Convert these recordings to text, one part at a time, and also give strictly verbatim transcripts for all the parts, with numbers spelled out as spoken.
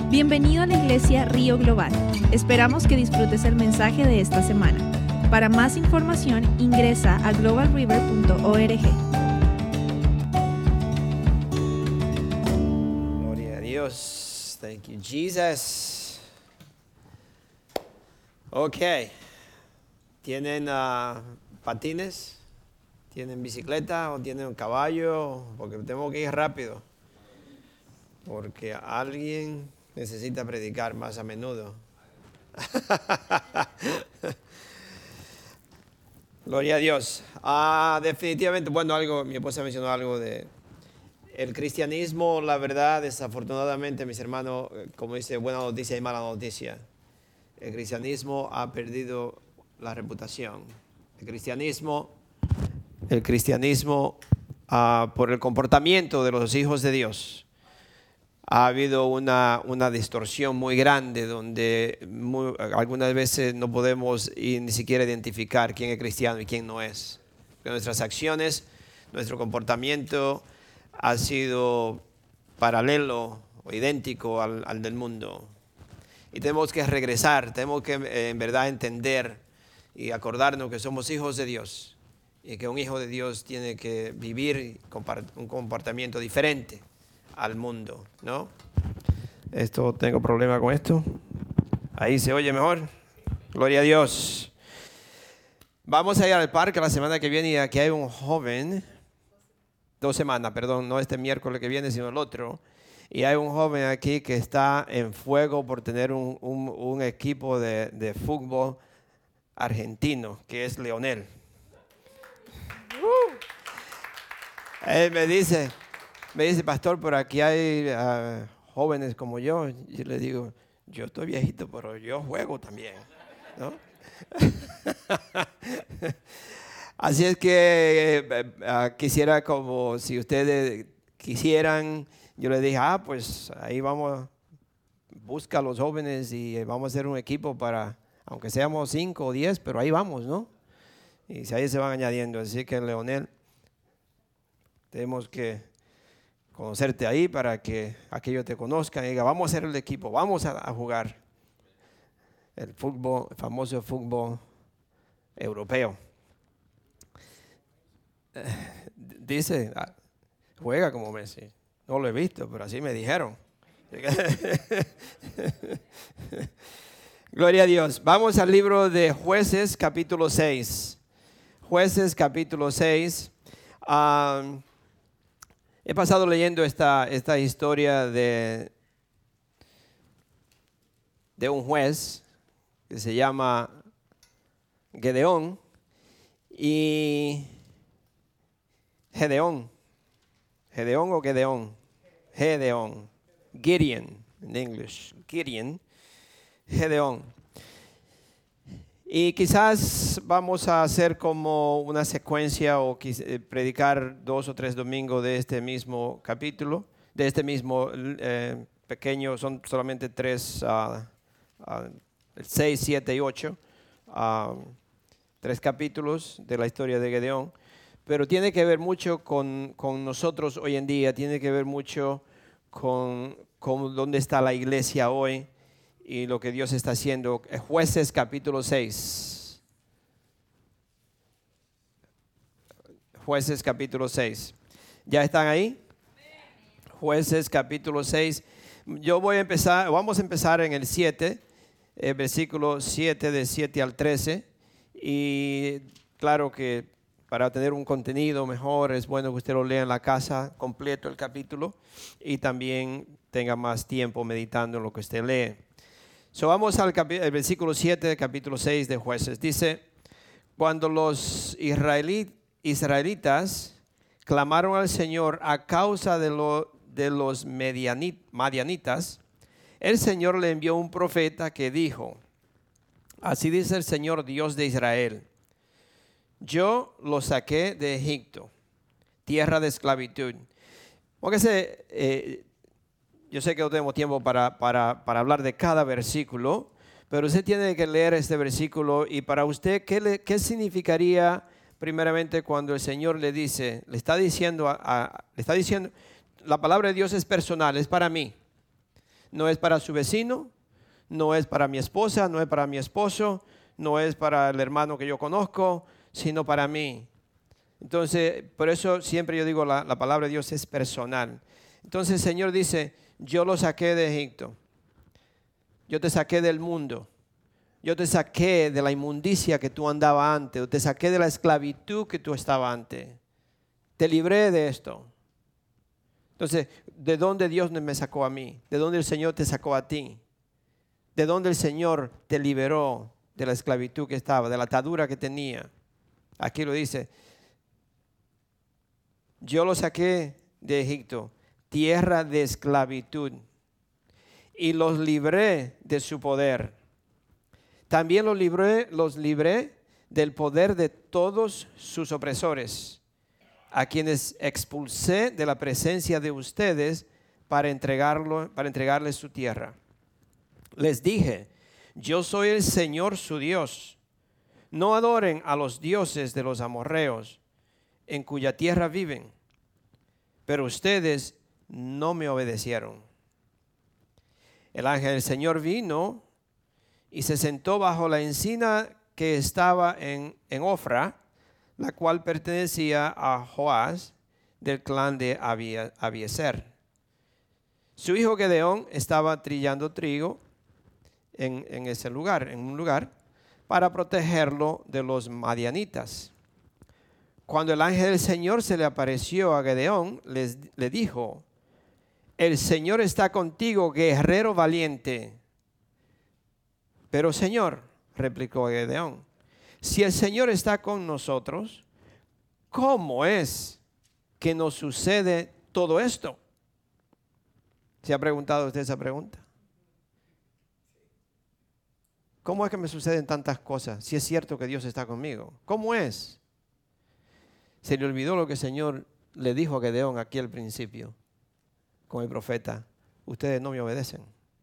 Bienvenido a la Iglesia Río Global. Esperamos que disfrutes el mensaje de esta semana. Para más información, ingresa a global river punto org. Gloria a Dios. Thank you, Jesus. Ok. ¿Tienen uh, patines? ¿Tienen bicicleta o tienen un caballo? Porque tengo que ir rápido. Porque alguien necesita predicar más a menudo. Gloria a Dios. Ah, definitivamente, bueno, algo, mi esposa mencionó algo de el cristianismo, la verdad, desafortunadamente, mis hermanos, como dice, buena noticia y mala noticia. El cristianismo ha perdido la reputación. El cristianismo, el cristianismo, ah, por el comportamiento de los hijos de Dios, ha habido una, una distorsión muy grande donde muy, algunas veces no podemos ni siquiera identificar quién es cristiano y quién no es. Porque nuestras acciones, nuestro comportamiento ha sido paralelo o idéntico al, al del mundo. Y tenemos que regresar, tenemos que eh, en verdad entender y acordarnos que somos hijos de Dios y que un hijo de Dios tiene que vivir un comportamiento diferente al mundo, ¿no? Esto, tengo problema con esto. Ahí se oye mejor. Gloria a Dios. Vamos a ir al parque la semana que viene y aquí hay un joven, dos semanas, perdón, no este miércoles que viene, sino el otro. Y hay un joven aquí que está en fuego por tener un, un, un equipo de, de fútbol argentino, que es Leonel. Uh. Él me dice... Me dice, pastor, por aquí hay uh, jóvenes como yo. Y le digo, yo estoy viejito, pero yo juego también, ¿no? Así es que eh, uh, quisiera, como si ustedes quisieran, yo le dije, ah, pues ahí vamos, busca a los jóvenes y vamos a hacer un equipo para, aunque seamos cinco o diez, pero ahí vamos, ¿no? Y ahí se van añadiendo. Así que, Leonel, tenemos que conocerte ahí para que aquellos te conozcan y digan, vamos a hacer el equipo, vamos a, a jugar el fútbol, el famoso fútbol europeo. Eh, dice, juega como Messi. No lo he visto, pero así me dijeron. Gloria a Dios. Vamos al libro de Jueces, capítulo seis. Jueces, capítulo seis. Um, He pasado leyendo esta, esta historia de, de un juez que se llama Gedeón y Gedeón. Gedeón o Gedeón. Gedeón. Gideon en inglés. Gideon. Gedeón. Y quizás vamos a hacer como una secuencia o predicar dos o tres domingos de este mismo capítulo, de este mismo eh, pequeño, son solamente tres, uh, uh, seis, siete y ocho, uh, tres capítulos de la historia de Gedeón, pero tiene que ver mucho con, con nosotros hoy en día, tiene que ver mucho con, con dónde está la iglesia hoy. Y lo que Dios está haciendo. Jueces capítulo seis. Jueces capítulo seis. ¿Ya están ahí? Jueces capítulo seis. Yo voy a empezar, vamos a empezar en el siete, el versículo siete, de siete al trece. Y claro que para tener un contenido mejor es bueno que usted lo lea en la casa completo el capítulo y también tenga más tiempo meditando en lo que usted lee. So, vamos al capi- el versículo siete del capítulo seis de Jueces. Dice, cuando los israelit- israelitas clamaron al Señor a causa de, lo, de los medianit- madianitas, el Señor le envió un profeta que dijo, así dice el Señor Dios de Israel, yo los saqué de Egipto, tierra de esclavitud. Póngase... Eh, Yo sé que no tenemos tiempo para, para, para hablar de cada versículo, pero usted tiene que leer este versículo y para usted, ¿qué, le, qué significaría primeramente cuando el Señor le dice, le está diciendo, a, a, le está diciendo, la palabra de Dios es personal, es para mí. No es para su vecino, no es para mi esposa, no es para mi esposo, no es para el hermano que yo conozco, sino para mí. Entonces, por eso siempre yo digo, la, la palabra de Dios es personal. Entonces el Señor dice, yo lo saqué de Egipto, yo te saqué del mundo, yo te saqué de la inmundicia que tú andabas antes, yo te saqué de la esclavitud que tú estabas antes, te libré de esto. Entonces, ¿de dónde Dios me sacó a mí? ¿De dónde el Señor te sacó a ti? ¿De dónde el Señor te liberó de la esclavitud que estaba, de la atadura que tenía? Aquí lo dice, yo lo saqué de Egipto, tierra de esclavitud, y los libré de su poder. También los libré, los libré del poder de todos sus opresores, a quienes expulsé de la presencia de ustedes para entregarlo, para entregarles su tierra. Les dije, yo soy el Señor su Dios. No adoren a los dioses de los amorreos, en cuya tierra viven. Pero ustedes no me obedecieron. El ángel del Señor vino y se sentó bajo la encina que estaba en, en Ofra, la cual pertenecía a Joás, del clan de Abiezer. Su hijo Gedeón estaba trillando trigo en, en ese lugar, en un lugar, para protegerlo de los madianitas. Cuando el ángel del Señor se le apareció a Gedeón, les, le dijo, el Señor está contigo, guerrero valiente. Pero Señor, replicó Gedeón, si el Señor está con nosotros, ¿cómo es que nos sucede todo esto? ¿Se ha preguntado usted esa pregunta? ¿Cómo es que me suceden tantas cosas si es cierto que Dios está conmigo? ¿Cómo es? Se le olvidó lo que el Señor le dijo a Gedeón aquí al principio, con el profeta, ustedes no me obedecen.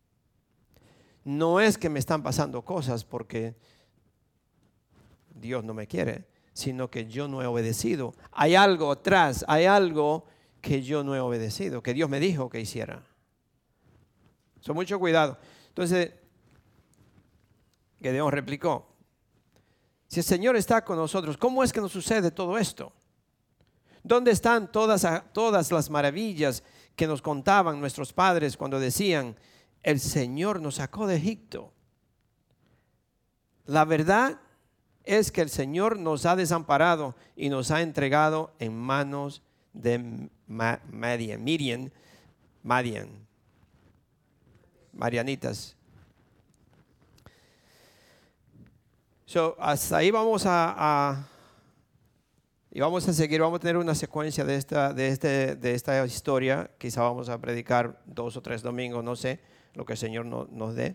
No es que me están pasando cosas porque Dios no me quiere, sino que yo no he obedecido. Hay algo atrás, hay algo que yo no he obedecido, que Dios me dijo que hiciera. So, mucho cuidado. Entonces, Gedeón replicó, si el Señor está con nosotros, ¿cómo es que nos sucede todo esto? ¿Dónde están todas, todas las maravillas que nos contaban nuestros padres cuando decían, el Señor nos sacó de Egipto? La verdad es que el Señor nos ha desamparado y nos ha entregado en manos de Madian, Midian, Madian, Marianitas. So, hasta ahí vamos a, a y vamos a seguir, vamos a tener una secuencia de esta, de este, de esta historia. Quizá vamos a predicar dos o tres domingos, no sé, lo que el Señor no, nos dé.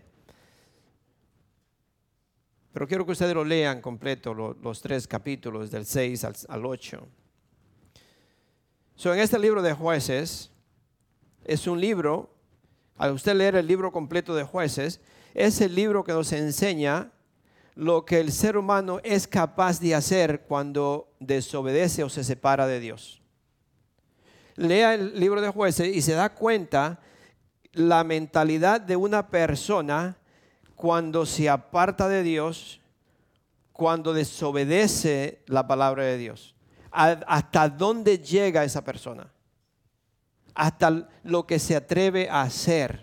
Pero quiero que ustedes lo lean completo, lo, los tres capítulos del seis al, al ocho. So, en este libro de Jueces, es un libro, al usted leer el libro completo de Jueces, es el libro que nos enseña lo que el ser humano es capaz de hacer cuando desobedece o se separa de Dios. Lea el libro de Jueces y se da cuenta la mentalidad de una persona cuando se aparta de Dios, cuando desobedece la palabra de Dios. Hasta dónde llega esa persona, hasta lo que se atreve a hacer.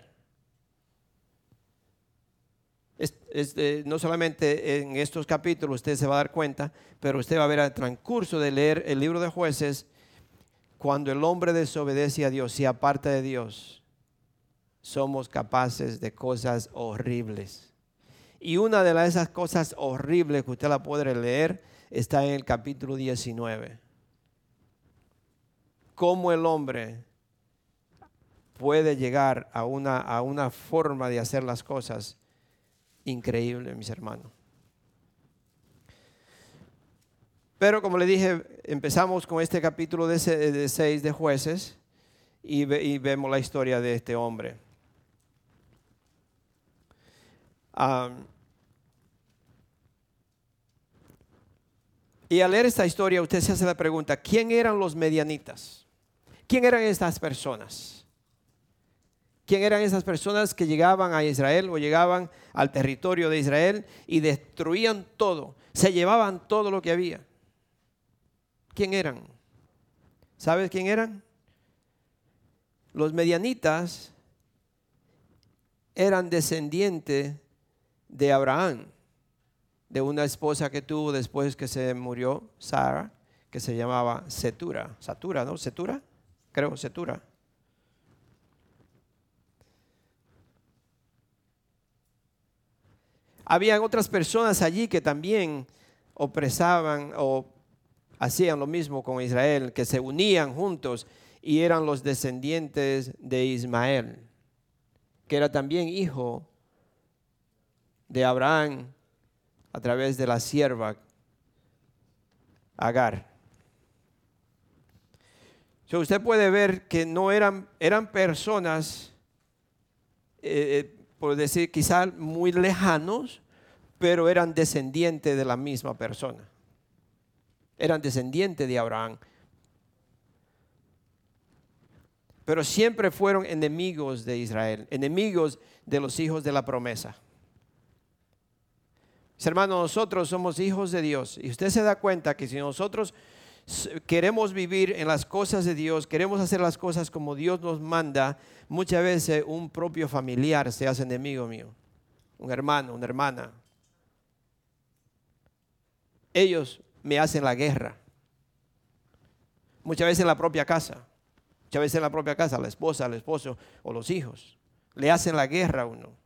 Es, es, eh, no solamente en estos capítulos usted se va a dar cuenta, pero usted va a ver al transcurso de leer el libro de Jueces, cuando el hombre desobedece a Dios, se aparta de Dios, somos capaces de cosas horribles. Y una de esas cosas horribles que usted la puede leer está en el capítulo diecinueve. Cómo el hombre puede llegar a una, a una forma de hacer las cosas increíble, mis hermanos. Pero como le dije, empezamos con este capítulo de, de seis de Jueces y, ve, y vemos la historia de este hombre. Um, y al leer esta historia usted se hace la pregunta, ¿quién eran los medianitas? ¿Quién eran estas personas? ¿Quién eran esas personas que llegaban a Israel o llegaban al territorio de Israel y destruían todo? Se llevaban todo lo que había. ¿Quién eran? ¿Sabes quién eran? Los medianitas eran descendientes de Abraham, de una esposa que tuvo después que se murió, Sara, que se llamaba Setura. Satura, ¿no? Setura, creo, Setura. Habían otras personas allí que también opresaban o hacían lo mismo con Israel, que se unían juntos y eran los descendientes de Ismael, que era también hijo de Abraham a través de la sierva Agar. So, usted puede ver que no eran, eran personas, eh, por decir quizás muy lejanos, pero eran descendientes de la misma persona. Eran descendientes de Abraham. Pero siempre fueron enemigos de Israel, enemigos de los hijos de la promesa. Mis hermanos, nosotros somos hijos de Dios y usted se da cuenta que si nosotros queremos vivir en las cosas de Dios, queremos hacer las cosas como Dios nos manda, muchas veces un propio familiar se hace enemigo mío, un hermano, una hermana. Ellos me hacen la guerra. Muchas veces en la propia casa, muchas veces en la propia casa, la esposa, el esposo o los hijos le hacen la guerra a uno.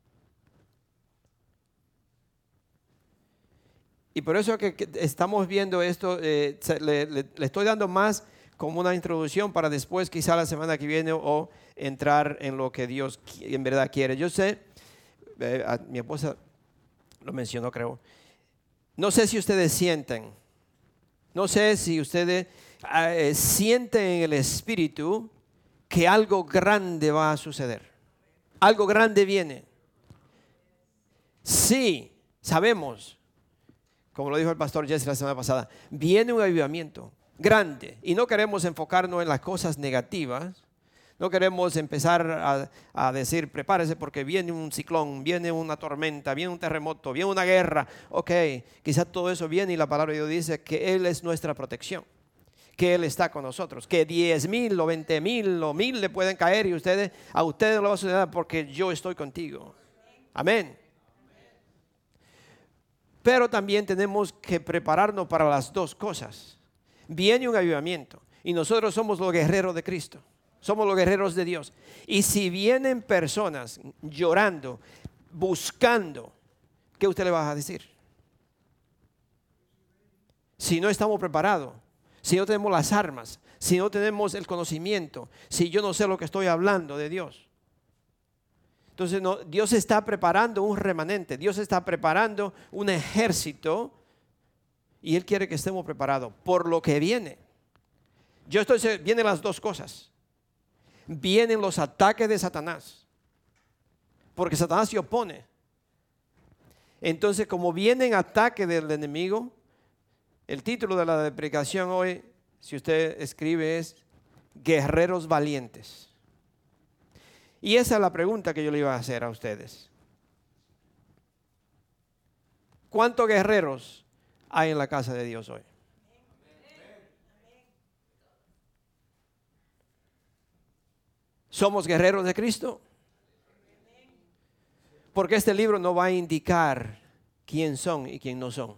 Y por eso que, que estamos viendo esto, eh, le, le, le estoy dando más como una introducción para después, quizá la semana que viene, o entrar en lo que Dios en verdad quiere. Yo sé, eh, a, mi esposa lo mencionó, creo. No sé si ustedes sienten, no sé si ustedes eh, sienten en el espíritu que algo grande va a suceder. Algo grande viene. Sí, sabemos. Como lo dijo el pastor Jesse la semana pasada, viene un avivamiento grande y no queremos enfocarnos en las cosas negativas, no queremos empezar a, a decir prepárese porque viene un ciclón, viene una tormenta, viene un terremoto, viene una guerra. Ok, quizás todo eso viene y la palabra de Dios dice que Él es nuestra protección, que Él está con nosotros, que diez mil o veinte mil o mil le pueden caer y ustedes, a ustedes no lo va a suceder porque yo estoy contigo. Amén. Pero también tenemos que prepararnos para las dos cosas. Viene un avivamiento y nosotros somos los guerreros de Cristo. Somos los guerreros de Dios. Y si vienen personas llorando, buscando, ¿qué usted le va a decir? Si no estamos preparados, si no tenemos las armas, si no tenemos el conocimiento, si yo no sé lo que estoy hablando de Dios. Entonces no, Dios está preparando un remanente, Dios está preparando un ejército y Él quiere que estemos preparados por lo que viene. Yo estoy, vienen las dos cosas. Vienen los ataques de Satanás, porque Satanás se opone. Entonces, como vienen ataques del enemigo, el título de la predicación hoy, si usted escribe, es Guerreros Valientes. Y esa es la pregunta que yo le iba a hacer a ustedes. ¿Cuántos guerreros hay en la casa de Dios hoy? ¿Somos guerreros de Cristo? Porque este libro no va a indicar quién son y quién no son.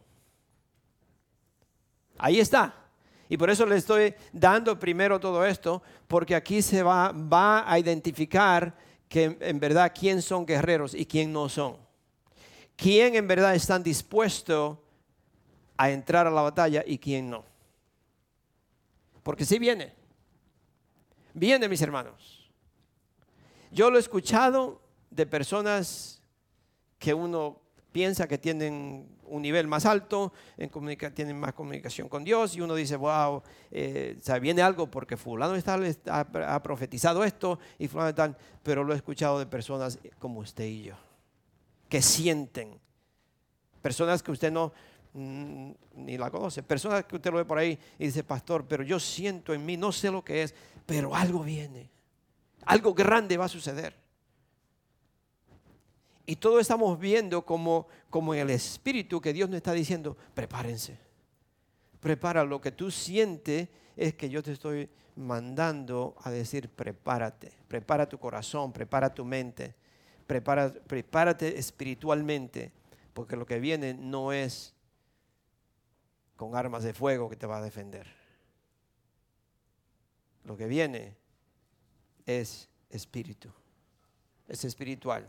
Ahí está. Y por eso le estoy dando primero todo esto, porque aquí se va, va a identificar que en verdad quién son guerreros y quién no son. Quién en verdad están dispuestos a entrar a la batalla y quién no. Porque sí viene. Viene, mis hermanos. Yo lo he escuchado de personas que uno piensa que tienen un nivel más alto, en comunica, tienen más comunicación con Dios y uno dice, wow, eh, o sea, viene algo porque fulano está, ha, ha profetizado esto y fulano tal, pero lo he escuchado de personas como usted y yo, que sienten, personas que usted no mm, ni la conoce, personas que usted lo ve por ahí y dice, pastor, pero yo siento en mí, no sé lo que es, pero algo viene, Algo grande va a suceder. Y todos estamos viendo como, como en el Espíritu que Dios nos está diciendo, prepárense. Prepara, lo que tú sientes es que yo te estoy mandando a decir prepárate. Prepara tu corazón, prepara tu mente, prepara, prepárate espiritualmente, porque lo que viene no es con armas de fuego que te va a defender. Lo que viene es espíritu, es espiritual.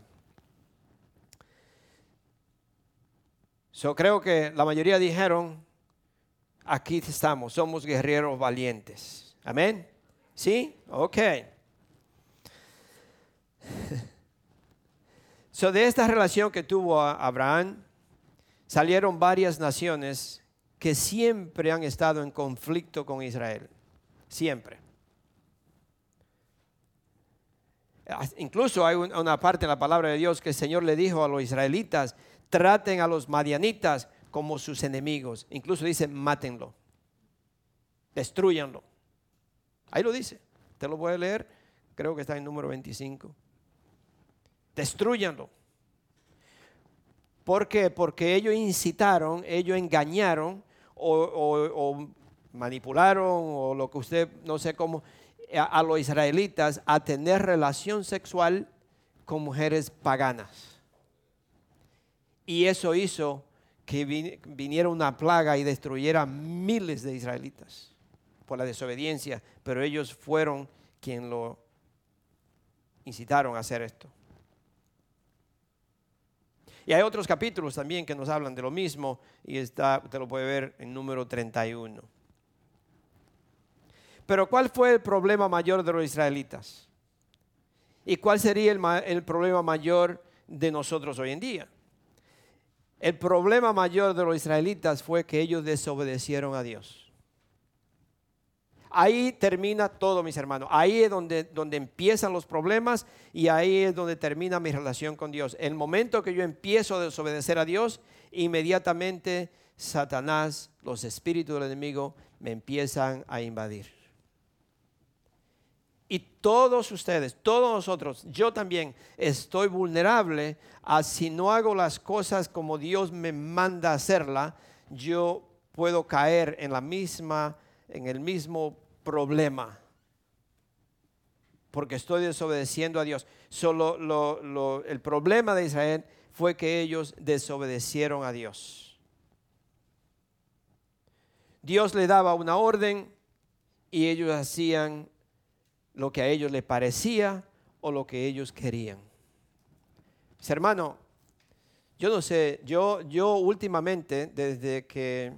Yo creo que la mayoría dijeron, aquí estamos, somos guerreros valientes. Amén. ¿Sí? Ok. So, de esta relación que tuvo Abraham, salieron varias naciones que siempre han estado en conflicto con Israel. Siempre. Incluso hay una parte en la palabra de Dios que el Señor le dijo a los israelitas, traten a los madianitas como sus enemigos. Incluso dice, mátenlo, destruyanlo. Ahí lo dice, te lo voy a leer, creo que está en número veinticinco. Destruyanlo. ¿Por qué? Porque ellos incitaron, ellos engañaron o, o, o manipularon o lo que usted, no sé cómo, a, a los israelitas a tener relación sexual con mujeres paganas. Y eso hizo que viniera una plaga y destruyera miles de israelitas por la desobediencia, pero ellos fueron quienes lo incitaron a hacer esto. Y hay otros capítulos también que nos hablan de lo mismo y está, usted lo puede ver en número treinta y uno. Pero ¿cuál fue el problema mayor de los israelitas? ¿Y cuál sería el, el problema mayor de nosotros hoy en día? El problema mayor de los israelitas fue que ellos desobedecieron a Dios. Ahí termina todo, mis hermanos. Ahí es donde, donde empiezan los problemas y ahí es donde termina mi relación con Dios. El momento que yo empiezo a desobedecer a Dios, inmediatamente Satanás, los espíritus del enemigo, me empiezan a invadir. Y todos ustedes, todos nosotros, yo también estoy vulnerable a si no hago las cosas como Dios me manda hacerla, yo puedo caer en la misma, en el mismo problema. Porque estoy desobedeciendo a Dios. Solo lo, lo, el problema de Israel fue que ellos desobedecieron a Dios. Dios le daba una orden y ellos hacían lo que a ellos les parecía o lo que ellos querían. Mis hermanos, yo no sé, yo, yo últimamente, desde que,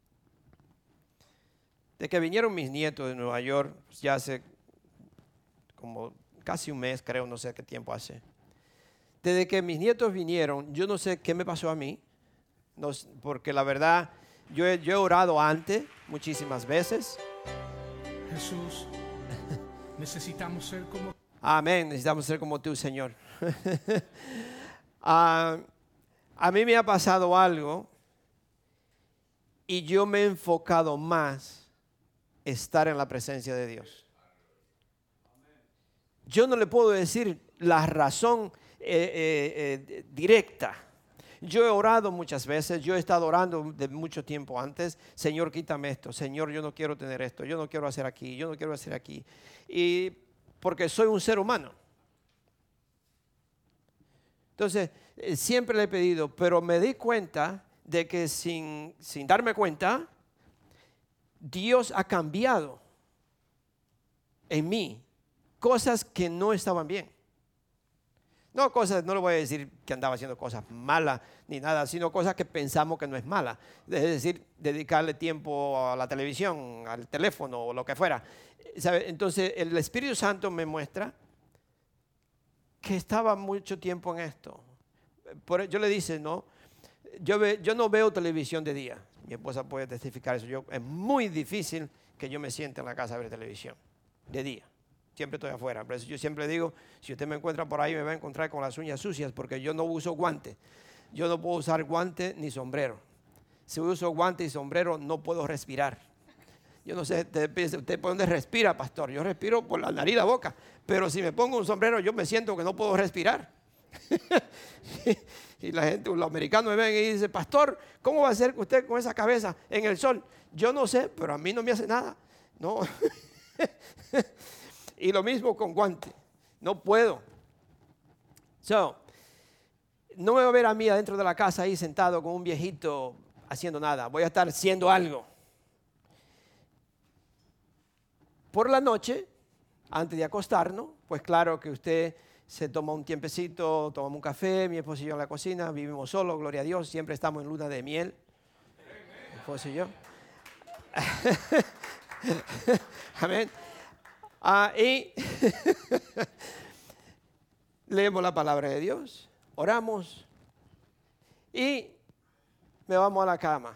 desde que vinieron mis nietos de Nueva York, pues ya hace como casi un mes, creo, no sé qué tiempo hace. Desde que mis nietos vinieron, yo no sé qué me pasó a mí, no, porque la verdad, yo he, yo he orado antes muchísimas veces. Jesús, necesitamos ser como... Amén, necesitamos ser como tú, Señor. uh, a mí me ha pasado algo y yo me he enfocado más en estar en la presencia de Dios. Yo no le puedo decir la razón eh, eh, eh, directa. Yo he orado muchas veces, yo he estado orando de mucho tiempo antes. Señor, quítame esto. Señor, yo no quiero tener esto. Yo no quiero hacer aquí. Yo no quiero hacer aquí. Y porque soy un ser humano. Entonces, eh, siempre le he pedido, pero me di cuenta de que sin, sin darme cuenta, Dios ha cambiado en mí cosas que no estaban bien. No cosas, no le voy a decir que andaba haciendo cosas malas ni nada, sino cosas que pensamos que no es mala. Es decir, dedicarle tiempo a la televisión, al teléfono o lo que fuera. ¿Sabe? Entonces el Espíritu Santo me muestra que estaba mucho tiempo en esto. Por, yo le dije, no, yo, ve, yo no veo televisión de día. Mi esposa puede testificar eso. Yo, es muy difícil que yo me siente en la casa a ver televisión de día. Siempre estoy afuera. Por eso yo siempre digo, si usted me encuentra por ahí, me va a encontrar con las uñas sucias porque yo no uso guantes. Yo no puedo usar guante ni sombrero. Si uso guante y sombrero, no puedo respirar. Yo no sé, usted, usted por dónde respira, pastor. Yo respiro por la nariz y la boca. Pero si me pongo un sombrero, yo me siento que no puedo respirar. Y la gente, los americanos me ven y dicen, pastor, ¿cómo va a ser usted con esa cabeza en el sol? Yo no sé, pero a mí no me hace nada. No. Y lo mismo con guante. No puedo. So, no me voy a ver a mí adentro de la casa ahí sentado con un viejito haciendo nada. Voy a estar haciendo algo. Por la noche, antes de acostarnos, pues claro que usted se toma un tiempecito, tomamos un café, mi esposo y yo en la cocina, vivimos solos, gloria a Dios, siempre estamos en luna de miel, mi esposo y yo. Amén. Ah, y leemos la palabra de Dios, oramos y me vamos a la cama.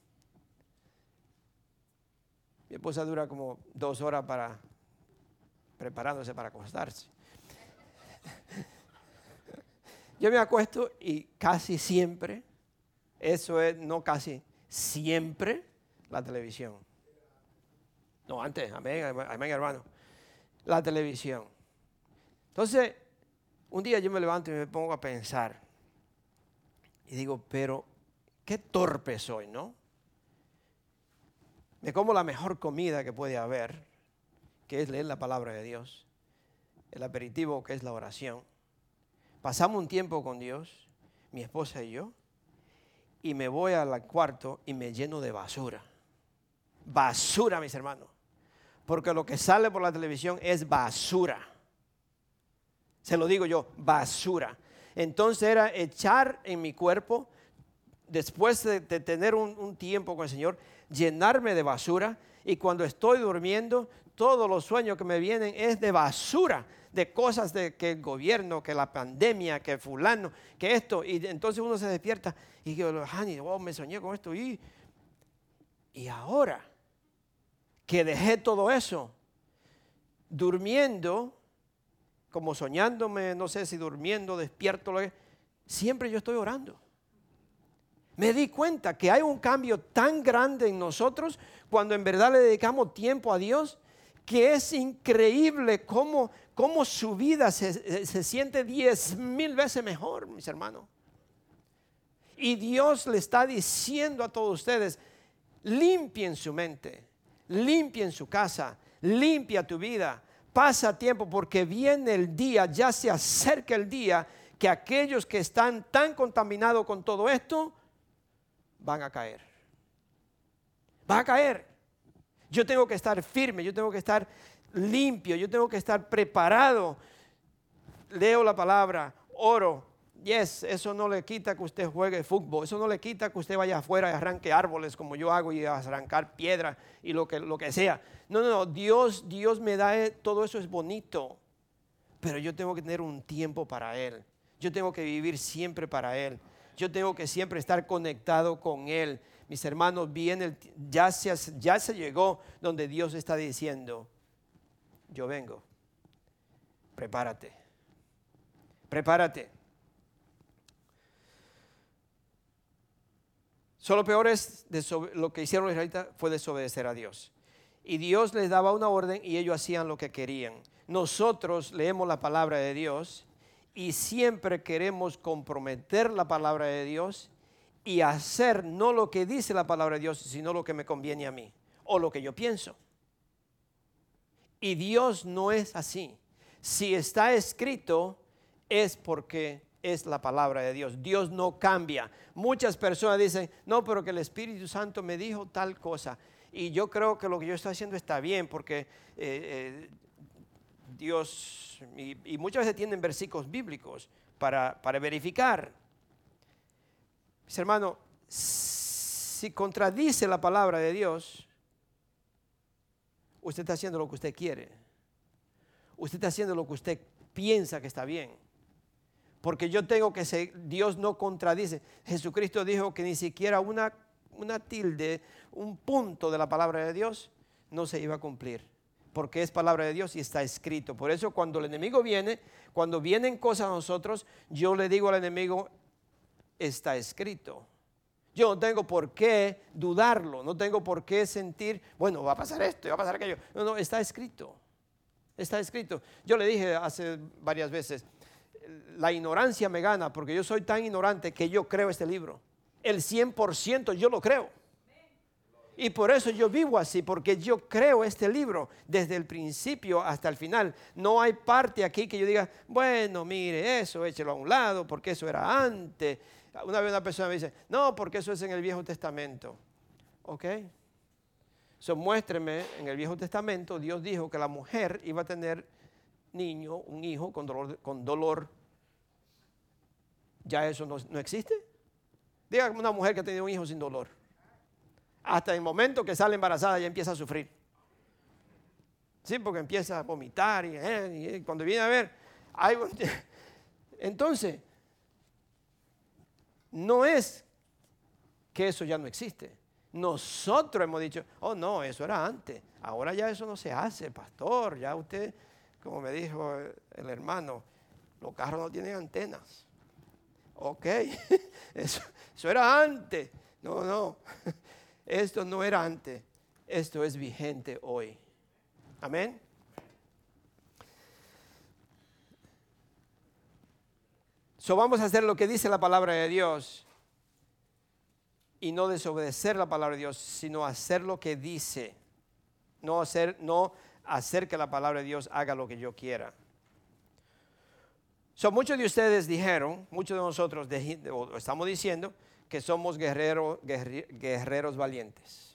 Mi esposa dura como dos horas para preparándose para acostarse. Yo me acuesto y casi siempre, eso es, no casi, siempre la televisión. No, antes, amén, amén, hermano. La televisión. Entonces, un día yo me levanto y me pongo a pensar. Y digo, pero qué torpe soy, ¿no? Me como la mejor comida que puede haber, que es leer la palabra de Dios. El aperitivo, que es la oración. Pasamos un tiempo con Dios, mi esposa y yo, y me voy al cuarto y me lleno de basura. Basura, mis hermanos. Porque lo que sale por la televisión es basura. Se lo digo yo, basura. Entonces era echar en mi cuerpo, después de, de tener un, un tiempo con el Señor, llenarme de basura. Y cuando estoy durmiendo, todos los sueños que me vienen es de basura. De cosas de que el gobierno, que la pandemia, que fulano, que esto. Y entonces uno se despierta y digo, Hani, oh, me soñé con esto. Y, y ahora que dejé todo eso, durmiendo, como soñándome, no sé si durmiendo, despierto, lo que, siempre yo estoy orando. Me di cuenta que hay un cambio tan grande en nosotros cuando en verdad le dedicamos tiempo a Dios, que es increíble cómo, cómo su vida se, se siente diez mil veces mejor, mis hermanos. Y Dios le está diciendo a todos ustedes, limpien su mente, limpien su casa, limpia tu vida, pasa tiempo porque viene el día, ya se acerca el día que aquellos que están tan contaminados con todo esto van a caer. Van a caer. Yo tengo que estar firme, yo tengo que estar limpio, yo tengo que estar preparado. Leo la palabra, oro. Yes, eso no le quita que usted juegue fútbol, eso no le quita que usted vaya afuera y arranque árboles como yo hago y arrancar piedra y lo que, lo que sea. No, no, no, Dios, Dios me da, todo eso es bonito, pero yo tengo que tener un tiempo para Él. Yo tengo que vivir siempre para Él. Yo tengo que siempre estar conectado con Él. Mis hermanos, bien, el, ya, se, ya se llegó donde Dios está diciendo, yo vengo, prepárate, prepárate. Solo peor es lo que hicieron los israelitas fue desobedecer a Dios. Y Dios les daba una orden y ellos hacían lo que querían. Nosotros leemos la palabra de Dios y siempre queremos comprometer la palabra de Dios y hacer no lo que dice la palabra de Dios, sino lo que me conviene a mí o lo que yo pienso. Y Dios no es así. Si está escrito es porque es la palabra de Dios. Dios no cambia. Muchas personas dicen, no, pero que el Espíritu Santo me dijo tal cosa. Y yo creo que lo que yo estoy haciendo está bien porque eh, eh, Dios, y, y muchas veces tienen versículos bíblicos para, para verificar. Mis hermanos, si contradice la palabra de Dios, usted está haciendo lo que usted quiere. Usted está haciendo lo que usted piensa que está bien. Porque yo tengo que ser, Dios no contradice. Jesucristo dijo que ni siquiera una, una tilde, un punto de la palabra de Dios no se iba a cumplir. Porque es palabra de Dios y está escrito. Por eso cuando el enemigo viene, cuando vienen cosas a nosotros, yo le digo al enemigo, está escrito. Yo no tengo por qué dudarlo, no tengo por qué sentir, bueno, va a pasar esto, va a pasar aquello. No, no, está escrito, está escrito. Yo le dije hace varias veces, la ignorancia me gana porque yo soy tan ignorante que yo creo este libro. El cien por ciento yo lo creo. Y por eso yo vivo así, porque yo creo este libro desde el principio hasta el final. No hay parte aquí que yo diga, bueno, mire eso, échelo a un lado, porque eso era antes. Una vez una persona me dice, no, porque eso es en el Viejo Testamento. Ok. So, muéstreme, en el Viejo Testamento Dios dijo que la mujer iba a tener niño, un hijo con dolor. Con dolor. ¿Ya eso no, no existe? Dígame una mujer que ha tenido un hijo sin dolor. Hasta el momento que sale embarazada ya empieza a sufrir. Sí, porque empieza a vomitar y, eh, y cuando viene a ver, hay, entonces, no es que eso ya no existe. Nosotros hemos dicho, oh no, eso era antes, ahora ya eso no se hace, pastor, ya usted, como me dijo el hermano, los carros no tienen antenas. Ok, eso, eso era antes, no, no. Esto no era antes, esto es vigente hoy. Amén. So vamos a hacer lo que dice la palabra de Dios y no desobedecer la palabra de Dios, sino hacer lo que dice. No hacer, no hacer que la palabra de Dios haga lo que yo quiera. So, muchos de ustedes dijeron, muchos de nosotros de, de, o estamos diciendo que somos guerrero, guerri, guerreros valientes.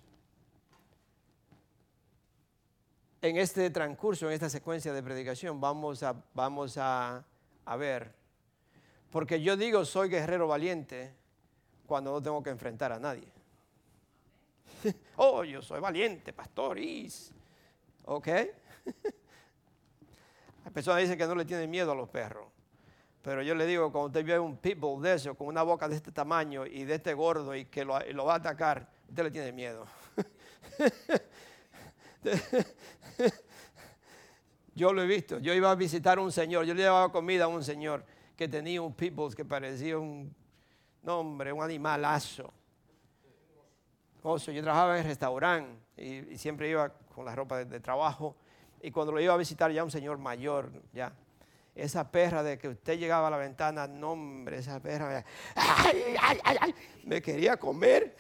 En este transcurso, en esta secuencia de predicación, vamos a, vamos a, a ver, porque yo digo soy guerrero valiente cuando no tengo que enfrentar a nadie. Oh, yo soy valiente, pastor, is. ¿Ok? Hay personas que dicen que no le tienen miedo a los perros. Pero yo le digo, cuando usted ve un pitbull de eso, con una boca de este tamaño y de este gordo y que lo, y lo va a atacar, usted le tiene miedo. Yo lo he visto. Yo iba a visitar a un señor, yo le llevaba comida a un señor que tenía un pitbull que parecía un, no hombre, un animalazo. Oso, yo trabajaba en el restaurante y, y siempre iba con la ropa de, de trabajo. Y cuando lo iba a visitar ya un señor mayor, ya. Esa perra de que usted llegaba a la ventana, no hombre, esa perra, ay, ay, ay, ay, me quería comer.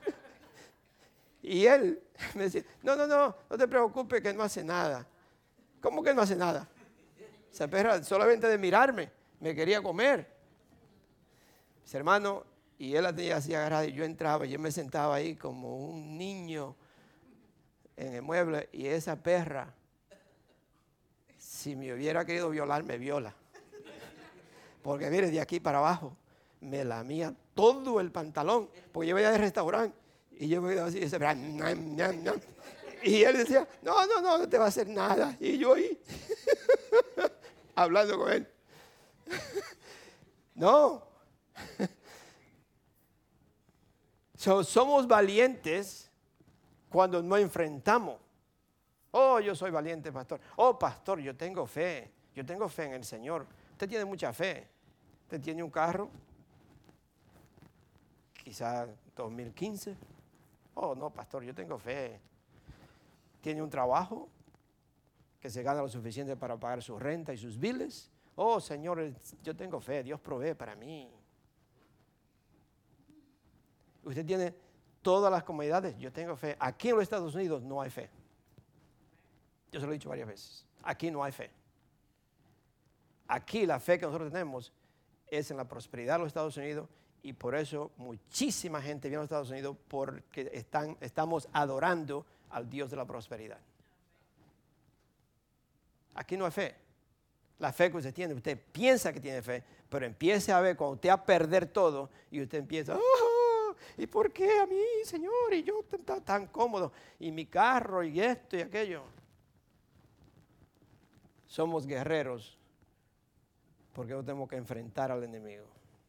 Y él me decía, no, no, no, no te preocupes que no hace nada. ¿Cómo que no hace nada? Esa perra solamente de mirarme, me quería comer. Mis hermanos, y él la tenía así agarrada y yo entraba y yo me sentaba ahí como un niño en el mueble y esa perra, si me hubiera querido violar, me viola. Porque mire, de aquí para abajo, me lamía todo el pantalón. Porque yo venía del restaurante y yo me quedaba así, y, ese, y él decía, no, no, no, no te va a hacer nada. Y yo ahí, hablando con él. No. So, somos valientes cuando no enfrentamos. Oh, yo soy valiente, pastor. Oh, pastor, yo tengo fe. Yo tengo fe en el Señor. Usted tiene mucha fe. Usted tiene un carro, quizá dos mil quince. Oh, no, pastor, yo tengo fe. Tiene un trabajo que se gana lo suficiente para pagar su renta y sus biles. Oh, Señor, yo tengo fe. Dios provee para mí. Usted tiene todas las comodidades. Yo tengo fe. Aquí en los Estados Unidos no hay fe. Yo se lo he dicho varias veces. Aquí no hay fe. Aquí la fe que nosotros tenemos es en la prosperidad de los Estados Unidos y por eso muchísima gente viene a los Estados Unidos porque están, estamos adorando al Dios de la prosperidad. Aquí no hay fe. La fe que usted tiene, usted piensa que tiene fe, pero empiece a ver cuando usted a perder todo y usted empieza, oh, ¿y por qué a mí, Señor? Y yo tan, tan cómodo, y mi carro y esto y aquello. Somos guerreros porque no tenemos que enfrentar al enemigo.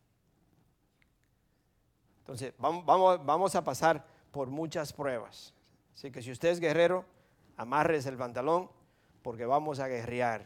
Entonces, vamos, vamos, vamos a pasar por muchas pruebas. Así que si usted es guerrero, amárrese el pantalón porque vamos a guerrear.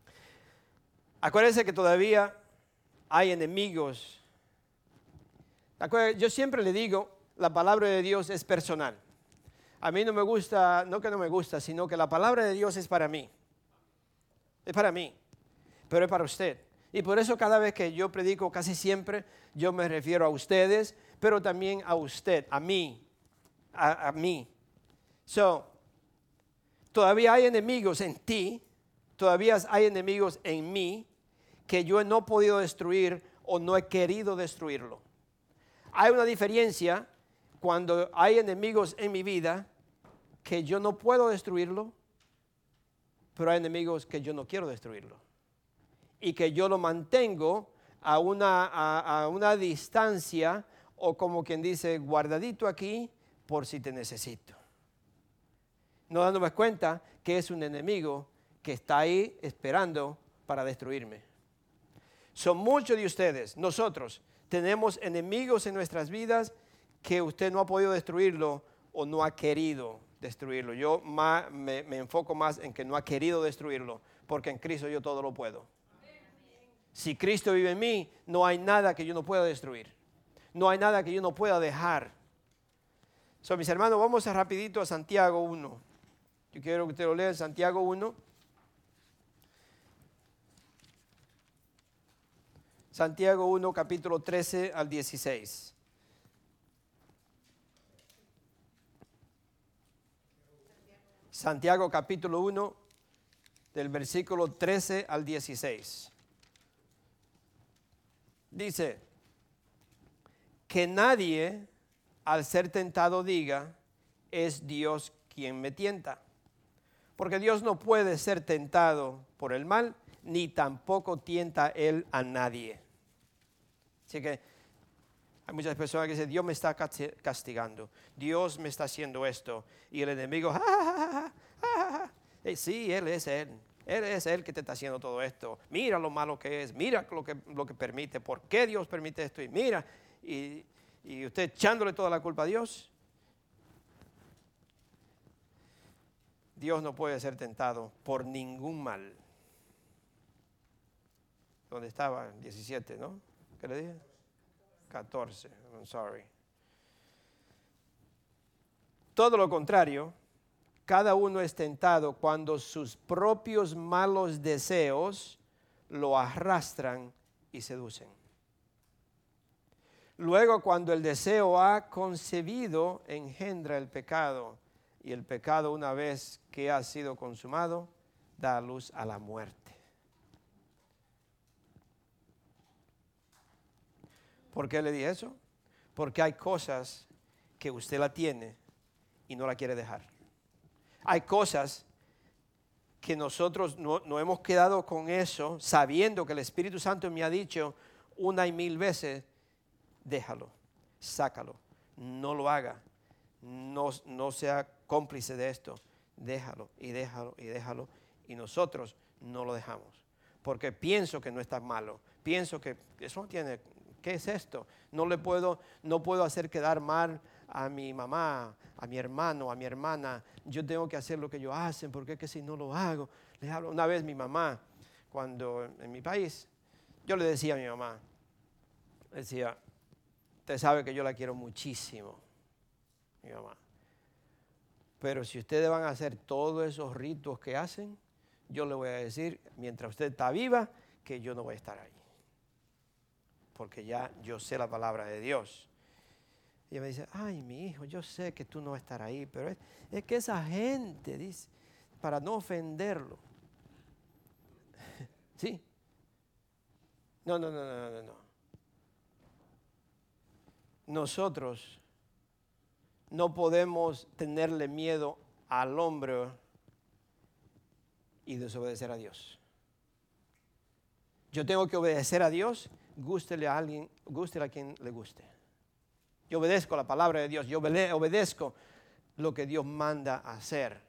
Acuérdense que todavía hay enemigos Yo siempre le digo, la palabra de Dios es personal. A mí no me gusta, no que no me gusta, sino que la palabra de Dios es para mí. Es para mí, pero es para usted. Y por eso cada vez que yo predico, casi siempre yo me refiero a ustedes, pero también a usted, a mí, a, a mí. So, todavía hay enemigos en ti, todavía hay enemigos en mí que yo no he podido destruir o no he querido destruirlo. Hay una diferencia cuando hay enemigos en mi vida que yo no puedo destruirlo, pero hay enemigos que yo no quiero destruirlo. Y que yo lo mantengo a una, a, a una distancia o como quien dice, guardadito aquí por si te necesito. No dándome cuenta que es un enemigo que está ahí esperando para destruirme. Son muchos de ustedes, nosotros, tenemos enemigos en nuestras vidas que usted no ha podido destruirlo o no ha querido destruirlo. Yo más, me, me enfoco más en que no ha querido destruirlo, porque en Cristo yo todo lo puedo. Si Cristo vive en mí, no hay nada que yo no pueda destruir. No hay nada que yo no pueda dejar. So, mis hermanos, vamos a rapidito a Santiago uno. Yo quiero que usted lo lea, Santiago uno. Santiago uno, capítulo trece al dieciséis. Santiago capítulo uno, del versículo trece al dieciséis. Dice, que nadie al ser tentado diga, es Dios quien me tienta. Porque Dios no puede ser tentado por el mal, ni tampoco tienta Él a nadie. Así que hay muchas personas que dicen, Dios me está castigando, Dios me está haciendo esto. Y el enemigo, ja, ja, ja, ja, ja. Eh, sí, Él es Él. Él es Él que te está haciendo todo esto. Mira lo malo que es, mira lo que, lo que permite, por qué Dios permite esto. Y mira, y, y usted echándole toda la culpa a Dios. Dios no puede ser tentado por ningún mal. ¿Dónde estaba? diecisiete, ¿no? ¿Qué le dije? catorce, I'm sorry. Todo lo contrario, cada uno es tentado cuando sus propios malos deseos lo arrastran y seducen. Luego, cuando el deseo ha concebido, engendra el pecado. Y el pecado, una vez que ha sido consumado, da luz a la muerte. ¿Por qué le dije eso? Porque hay cosas que usted la tiene y no la quiere dejar. Hay cosas que nosotros no, no hemos quedado con eso, sabiendo que el Espíritu Santo me ha dicho una y mil veces, déjalo, sácalo, no lo haga, no, no sea cómplice de esto, déjalo y déjalo y déjalo. Y nosotros no lo dejamos, porque pienso que no está malo, pienso que eso no tiene, ¿qué es esto? No le puedo, no puedo hacer quedar mal a mi mamá, a mi hermano, a mi hermana. Yo tengo que hacer lo que ellos hacen, porque es que si no lo hago. Les hablo. Una vez mi mamá, cuando en mi país, yo le decía a mi mamá, decía, usted sabe que yo la quiero muchísimo, mi mamá. Pero si ustedes van a hacer todos esos ritos que hacen, yo le voy a decir, mientras usted está viva, que yo no voy a estar ahí. Porque ya yo sé la palabra de Dios. Y ella me dice, ay, mi hijo, yo sé que tú no vas a estar ahí, pero es, es que esa gente, dice, para no ofenderlo. ¿Sí? No, no, no, no, no, no. Nosotros no podemos tenerle miedo al hombre y desobedecer a Dios. Yo tengo que obedecer a Dios, gústele a alguien, gústele a quien le guste. Yo obedezco la palabra de Dios, yo obedezco lo que Dios manda hacer.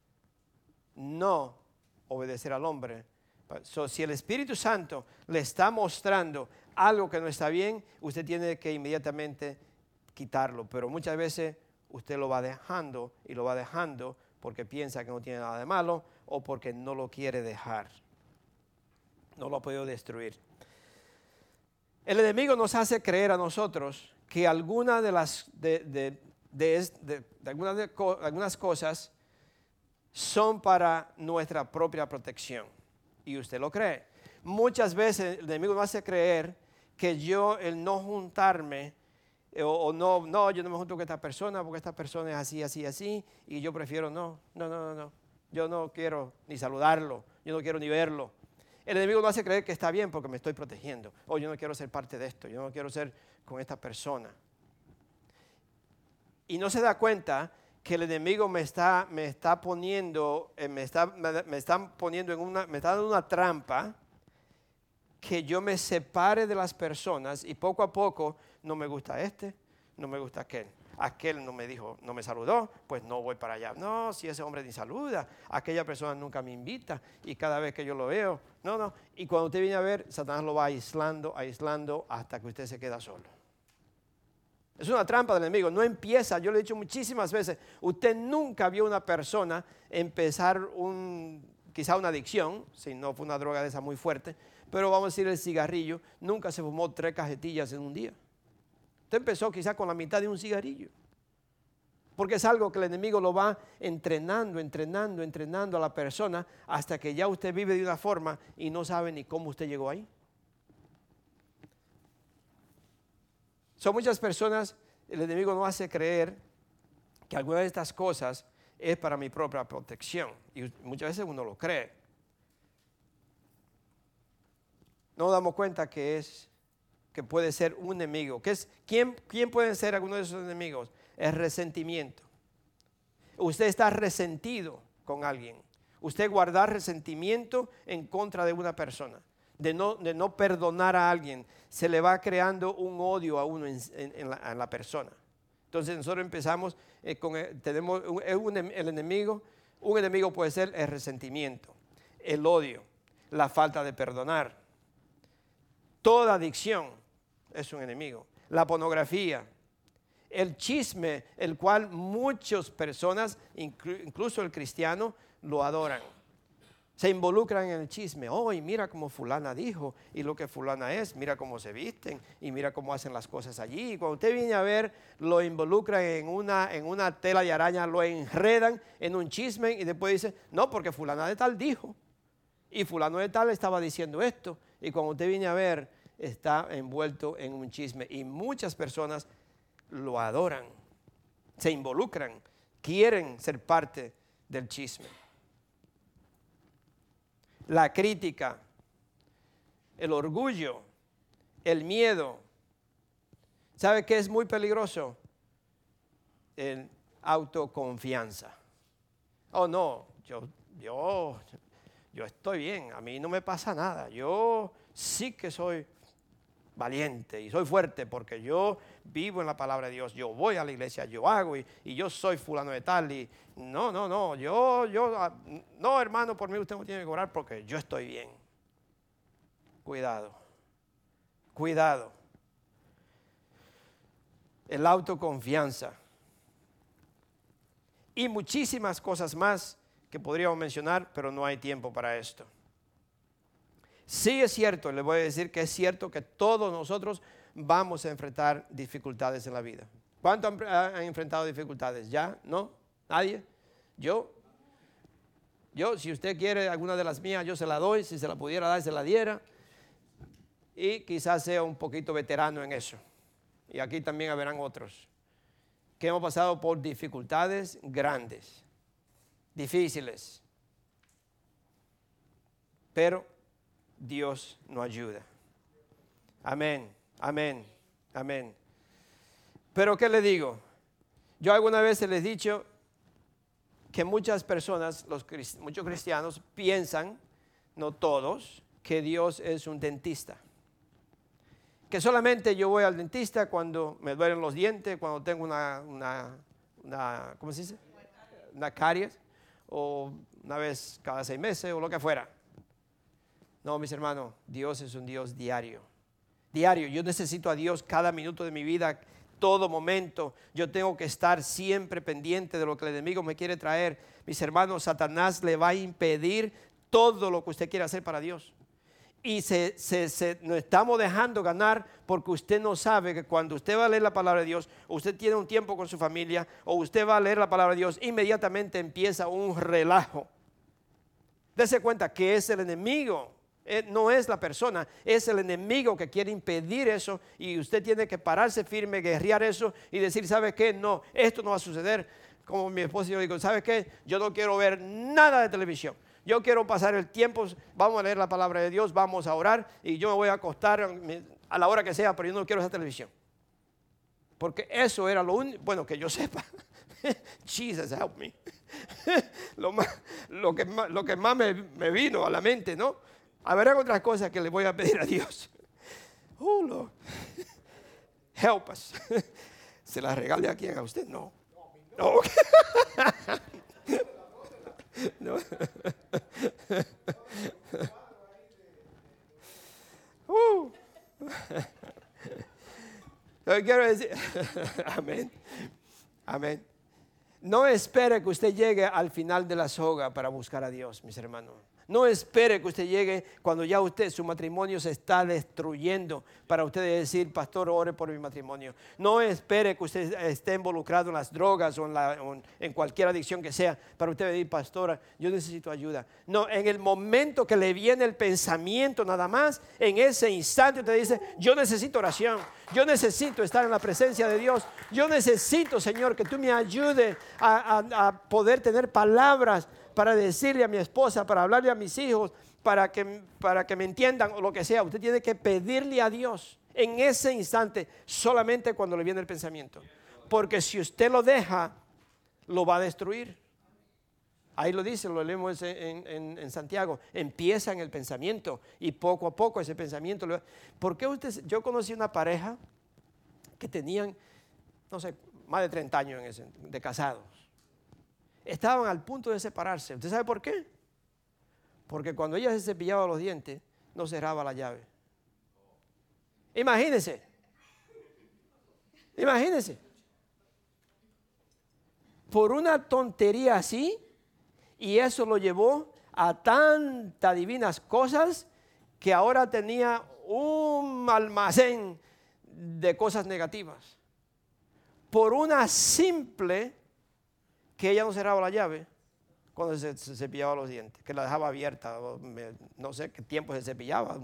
No obedecer al hombre. So, si el Espíritu Santo le está mostrando algo que no está bien, usted tiene que inmediatamente quitarlo. Pero muchas veces usted lo va dejando y lo va dejando porque piensa que no tiene nada de malo o porque no lo quiere dejar. No lo ha podido destruir. El enemigo nos hace creer a nosotros que algunas de las de, de, de, de, de, algunas, de algunas cosas son para nuestra propia protección. Y usted lo cree. Muchas veces el enemigo nos hace creer que yo, el no juntarme, o, o no, no, yo no me junto con esta persona porque esta persona es así, así, así, y yo prefiero no, no, no, no, no. Yo no quiero ni saludarlo, yo no quiero ni verlo. El enemigo nos hace creer que está bien porque me estoy protegiendo. O yo no quiero ser parte de esto, yo no quiero ser con esta persona. Y no se da cuenta que el enemigo me está, me está poniendo, me está, me, me están poniendo en una, me está dando una trampa que yo me separe de las personas y poco a poco no me gusta este, no me gusta aquel. Aquel no me dijo, no me saludó, pues no voy para allá. No, si ese hombre ni saluda, aquella persona nunca me invita y cada vez que yo lo veo, no, no. Y cuando usted viene a ver, Satanás lo va aislando, aislando hasta que usted se queda solo. Es una trampa del enemigo, no empieza, yo le he dicho muchísimas veces, usted nunca vio una persona empezar un, quizá una adicción, si no fue una droga de esa muy fuerte, pero vamos a decir el cigarrillo, nunca se fumó tres cajetillas en un día. Usted empezó quizá con la mitad de un cigarrillo. Porque es algo que el enemigo lo va entrenando, entrenando, entrenando a la persona hasta que ya usted vive de una forma y no sabe ni cómo usted llegó ahí. Son muchas personas, el enemigo nos hace creer que alguna de estas cosas es para mi propia protección. Y muchas veces uno lo cree. No nos damos cuenta que es que puede ser un enemigo. ¿Qué es, ¿quién, ¿Quién puede ser alguno de esos enemigos? Es resentimiento. Usted está resentido con alguien. Usted guardar resentimiento en contra de una persona. De no, de no perdonar a alguien. Se le va creando un odio a uno en, en, en, la, en la persona. Entonces nosotros empezamos, eh, con, eh, tenemos un, un, el enemigo. Un enemigo puede ser el resentimiento, el odio, la falta de perdonar. Toda adicción es un enemigo. La pornografía, el chisme, el cual muchas personas, incluso el cristiano, lo adoran. Se involucran en el chisme. Oh, y mira cómo fulana dijo, y lo que fulana es, mira cómo se visten, y mira cómo hacen las cosas allí. Y cuando usted viene a ver, lo involucran en una, en una tela de araña, lo enredan en un chisme, y después dice, no, porque fulana de tal dijo, y fulano de tal estaba diciendo esto. Y cuando usted viene a ver, está envuelto en un chisme. Y muchas personas lo adoran, se involucran, quieren ser parte del chisme. La crítica, el orgullo, el miedo. ¿Sabe qué es muy peligroso? El autoconfianza. Oh, no, yo, yo, yo estoy bien, a mí no me pasa nada. Yo sí que soy valiente y soy fuerte porque yo vivo en la palabra de Dios, yo voy a la iglesia, yo hago y, y yo soy fulano de tal y no, no, no, yo, yo, no hermano, por mí usted no tiene que orar porque yo estoy bien. Cuidado, cuidado. El autoconfianza y muchísimas cosas más que podríamos mencionar, pero no hay tiempo para esto. Sí es cierto, le voy a decir que es cierto que todos nosotros vamos a enfrentar dificultades en la vida. ¿Cuántos han, han enfrentado dificultades? ¿Ya? ¿No? ¿Nadie? ¿Yo? Yo, si usted quiere alguna de las mías, yo se la doy. Si se la pudiera dar, se la diera. Y quizás sea un poquito veterano en eso. Y aquí también habrán otros que hemos pasado por dificultades grandes, difíciles. Pero Dios nos ayuda. Amén, amén, amén. Pero ¿qué le digo? Yo alguna vez les he dicho que muchas personas, los, muchos cristianos piensan, no todos, que Dios es un dentista. Que solamente yo voy al dentista cuando me duelen los dientes, cuando tengo una, una, una ¿cómo se dice? Una caries, o una vez cada seis meses, o lo que fuera. No, mis hermanos, Dios es un Dios diario. Diario, yo necesito a Dios cada minuto de mi vida, todo momento. Yo tengo que estar siempre pendiente de lo que el enemigo me quiere traer. Mis hermanos, Satanás le va a impedir todo lo que usted quiera hacer para Dios. y se, se, se, nos estamos dejando ganar porque usted no sabe que cuando usted va a leer la palabra de Dios, usted tiene un tiempo con su familia, o usted va a leer la palabra de Dios, inmediatamente empieza un relajo. Dese cuenta que es el enemigo, no es la persona, es el enemigo que quiere impedir eso, y usted tiene que pararse firme, guerrear eso y decir, ¿sabe qué? No, esto no va a suceder. Como mi esposa y yo digo, ¿sabe qué? Yo no quiero ver nada de televisión. Yo quiero pasar el tiempo, vamos a leer la palabra de Dios, vamos a orar, y yo me voy a acostar a la hora que sea, pero yo no quiero esa televisión. Porque eso era lo único, bueno, que yo sepa. Jesus help me. lo, más, lo, que más, lo que más me, me vino a la mente, ¿no? Habrá otras cosas que le voy a pedir a Dios. Oh, Lord. Help us. ¿Se las regale a quién? ¿A usted? No. No. No. Uh. Quiero decir, amén, amén. No espere que usted llegue al final de la soga para buscar a Dios, mis hermanos. No espere que usted llegue cuando ya usted, su matrimonio se está destruyendo, para usted decir, pastor, ore por mi matrimonio. No espere que usted esté involucrado en las drogas o en, la, o en cualquier adicción que sea, para usted decir, pastora, yo necesito ayuda. No, en el momento que le viene el pensamiento nada más, en ese instante usted dice, yo necesito oración, yo necesito estar en la presencia de Dios, yo necesito, Señor, que tú me ayudes a, a, a poder tener palabras para decirle a mi esposa, para hablarle a mis hijos, para que, para que me entiendan o lo que sea. Usted tiene que pedirle a Dios en ese instante, solamente cuando le viene el pensamiento. Porque si usted lo deja, lo va a destruir. Ahí lo dice, lo leemos en, en, en Santiago. Empieza en el pensamiento y poco a poco ese pensamiento. Lo, ¿Por qué usted? Yo conocí una pareja que tenían, no sé, más de treinta años en ese, de casados. Estaban al punto de separarse. ¿Usted sabe por qué? Porque cuando ella se cepillaba los dientes, no cerraba la llave. Imagínense. Imagínense. Por una tontería así, y eso lo llevó a tantas divinas cosas que ahora tenía un almacén de cosas negativas. Por una simple que ella no cerraba la llave cuando se, se cepillaba los dientes, que la dejaba abierta, me, no sé qué tiempo se cepillaba.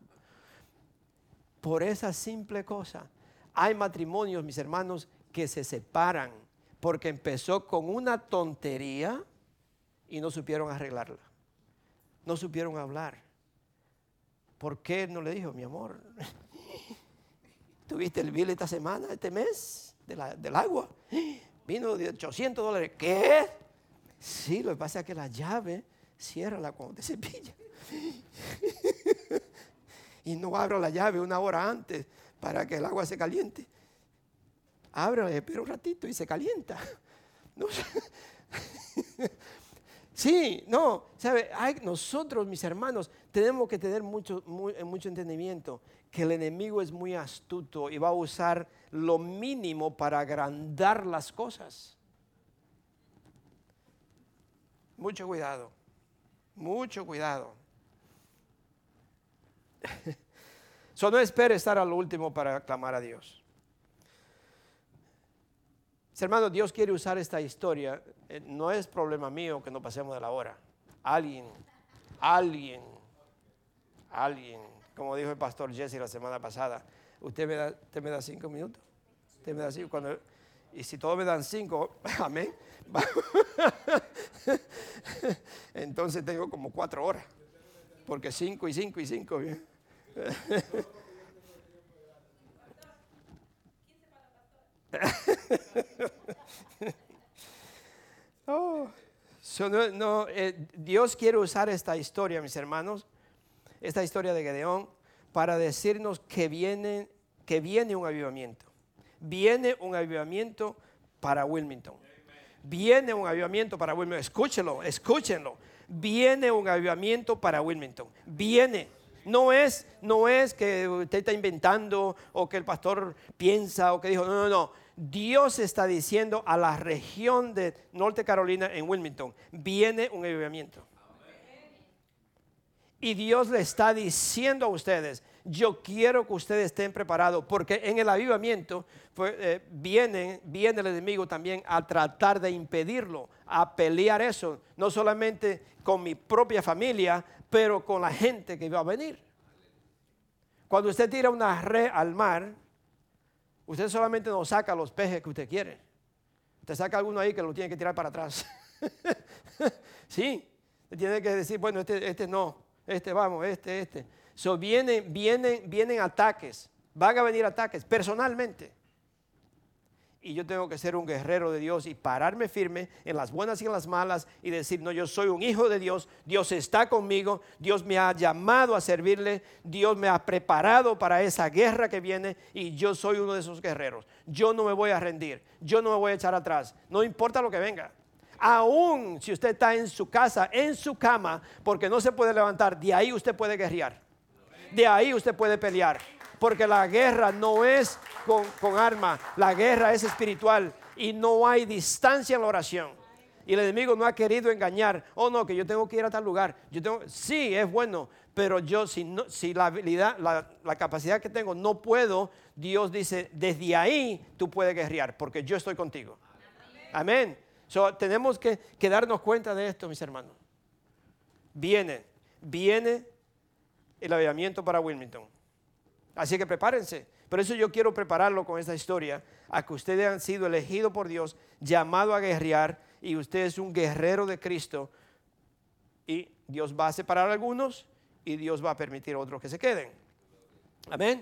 Por esa simple cosa, hay matrimonios, mis hermanos, que se separan porque empezó con una tontería y no supieron arreglarla, no supieron hablar. ¿Por qué no le dijo, mi amor, tuviste el bill esta semana, este mes, de la, del agua? Vino de ochocientos dólares. ¿Qué? Sí, lo que pasa es que la llave, ciérrala cuando te cepilla. Y no abra la llave una hora antes para que el agua se caliente. Ábrala, espera un ratito y se calienta. No. Sí, no, ¿sabe? Hay, nosotros, mis hermanos, tenemos que tener mucho, muy, mucho entendimiento que el enemigo es muy astuto y va a usar lo mínimo para agrandar las cosas. Mucho cuidado, mucho cuidado. So, no espere estar al último para clamar a Dios. Hermanos, Dios quiere usar esta historia. Eh, no es problema mío que no pasemos de la hora. Alguien, alguien, alguien, como dijo el pastor Jesse la semana pasada, usted me da, usted me da cinco minutos. Usted me da cinco. Cuando, y si todos me dan cinco, amén. Entonces tengo como cuatro horas. Porque cinco y cinco y cinco. Bien. Oh, so no, no, eh, Dios quiere usar esta historia, mis hermanos, esta historia de Gedeón, para decirnos que viene, que viene un avivamiento. Viene un avivamiento para Wilmington. Viene un avivamiento para Wilmington. Escúchenlo, escúchenlo. Viene un avivamiento para Wilmington. Viene. No es, no es que usted está inventando o que el pastor piensa o que dijo, no, no, no. Dios está diciendo a la región de Norte Carolina en Wilmington, viene un avivamiento. Y Dios le está diciendo a ustedes, yo quiero que ustedes estén preparados, porque en el avivamiento pues, eh, viene, viene el enemigo también a tratar de impedirlo, a pelear eso, no solamente con mi propia familia, pero con la gente que va a venir. Cuando usted tira una red al mar, usted solamente no saca los peces que usted quiere. Usted saca alguno ahí que lo tiene que tirar para atrás. Sí, tiene que decir, bueno, este, este no. Este vamos, este, este. So, vienen, vienen, vienen ataques. Van a venir ataques personalmente. Y yo tengo que ser un guerrero de Dios y pararme firme en las buenas y en las malas y decir, no, yo soy un hijo de Dios. Dios está conmigo. Dios me ha llamado a servirle. Dios me ha preparado para esa guerra que viene y yo soy uno de esos guerreros. Yo no me voy a rendir. Yo no me voy a echar atrás. No importa lo que venga. Aún si usted está en su casa, en su cama, porque no se puede levantar, de ahí usted puede guerrear. De ahí usted puede pelear. Porque la guerra no es con, con arma, la guerra es espiritual y no hay distancia en la oración. Y el enemigo no ha querido engañar. Oh no, que yo tengo que ir a tal lugar. Yo tengo, sí, es bueno, pero yo si, no, si la habilidad, la, la capacidad que tengo no puedo, Dios dice, desde ahí tú puedes guerrear, porque yo estoy contigo. Amén. So, tenemos que, que darnos cuenta de esto, mis hermanos. Viene, viene el avivamiento para Wilmington. Así que prepárense. Por eso yo quiero prepararlo con esta historia, a que ustedes han sido elegidos por Dios, llamado a guerrear, y usted es un guerrero de Cristo. Y Dios va a separar a algunos, y Dios va a permitir a otros que se queden. Amén.